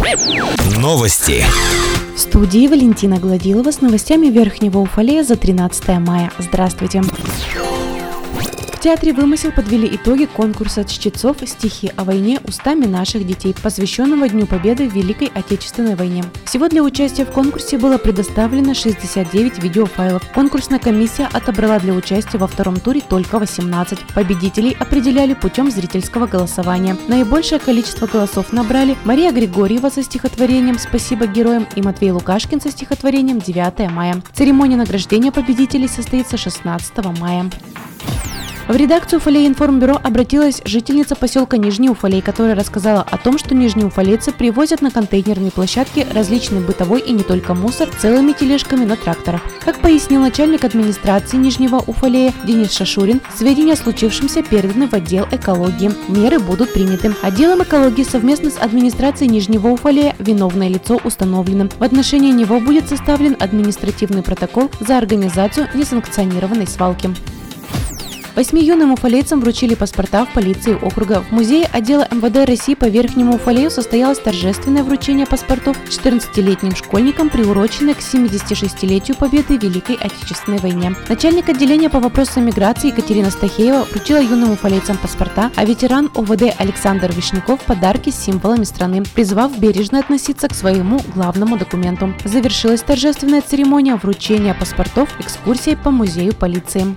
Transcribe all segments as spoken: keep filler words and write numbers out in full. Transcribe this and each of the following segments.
Новости. В студии Валентина Гладилова с новостями Верхнего Уфалея за тринадцатое мая. Здравствуйте. В театре «Вымысел» подвели итоги конкурса чтецов «Стихи о войне устами наших детей», посвященного Дню Победы в Великой Отечественной войне. Всего для участия в конкурсе было предоставлено шестьдесят девять видеофайлов. Конкурсная комиссия отобрала для участия во втором туре только восемнадцать. Победителей определяли путем зрительского голосования. Наибольшее количество голосов набрали Мария Григорьева со стихотворением «Спасибо героям» и Матвей Лукашкин со стихотворением «девятое мая». Церемония награждения победителей состоится шестнадцатого мая. В редакцию Уфалей-Информбюро обратилась жительница поселка Нижний Уфалей, которая рассказала о том, что нижнеуфалейцы привозят на контейнерные площадки различный бытовой и не только мусор целыми тележками на тракторах. Как пояснил начальник администрации Нижнего Уфалея Денис Шашурин, сведения о случившемся переданы в отдел экологии. Меры будут приняты. Отделом экологии совместно с администрацией Нижнего Уфалея виновное лицо установлено. В отношении него будет составлен административный протокол за организацию несанкционированной свалки. Восьми юным уфалейцам вручили паспорта в полиции округа. В музее отдела эм вэ дэ России по Верхнему Уфалею состоялось торжественное вручение паспортов четырнадцатилетним школьникам, приуроченное к семидесятишестилетию победы в Великой Отечественной войне. Начальник отделения по вопросам миграции Екатерина Стахеева вручила юным уфалейцам паспорта, а ветеран о вэ дэ Александр Вишняков – подарки с символами страны, призвав бережно относиться к своему главному документу. Завершилась торжественная церемония вручения паспортов экскурсией по музею полиции.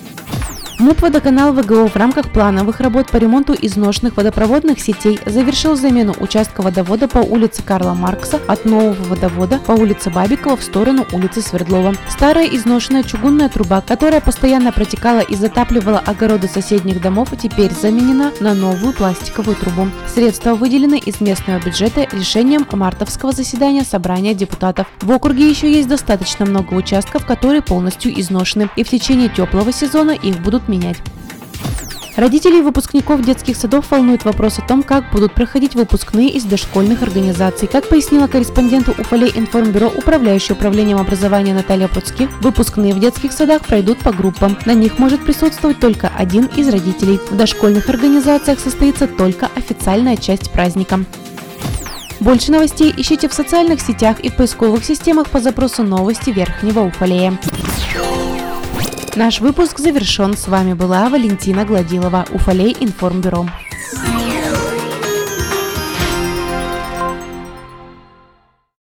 МУП «Водоканал вэ гэ о» в рамках плановых работ по ремонту изношенных водопроводных сетей завершил замену участка водовода по улице Карла Маркса от нового водовода по улице Бабикова в сторону улицы Свердлова. Старая изношенная чугунная труба, которая постоянно протекала и затапливала огороды соседних домов, теперь заменена на новую пластиковую трубу. Средства выделены из местного бюджета решением мартовского заседания собрания депутатов. В округе еще есть достаточно много участков, которые полностью изношены, и в течение теплого сезона их будут менять. Родителей выпускников детских садов волнует вопрос о том, как будут проходить выпускные из дошкольных организаций. Как пояснила корреспонденту Уфалей-Информбюро, управляющая управлением образования Наталья Пруцки, выпускные в детских садах пройдут по группам. На них может присутствовать только один из родителей. В дошкольных организациях состоится только официальная часть праздника. Больше новостей ищите в социальных сетях и в поисковых системах по запросу «Новости Верхнего Уфалея». Наш выпуск завершен. С вами была Валентина Гладилова, Уфалей-Информбюро.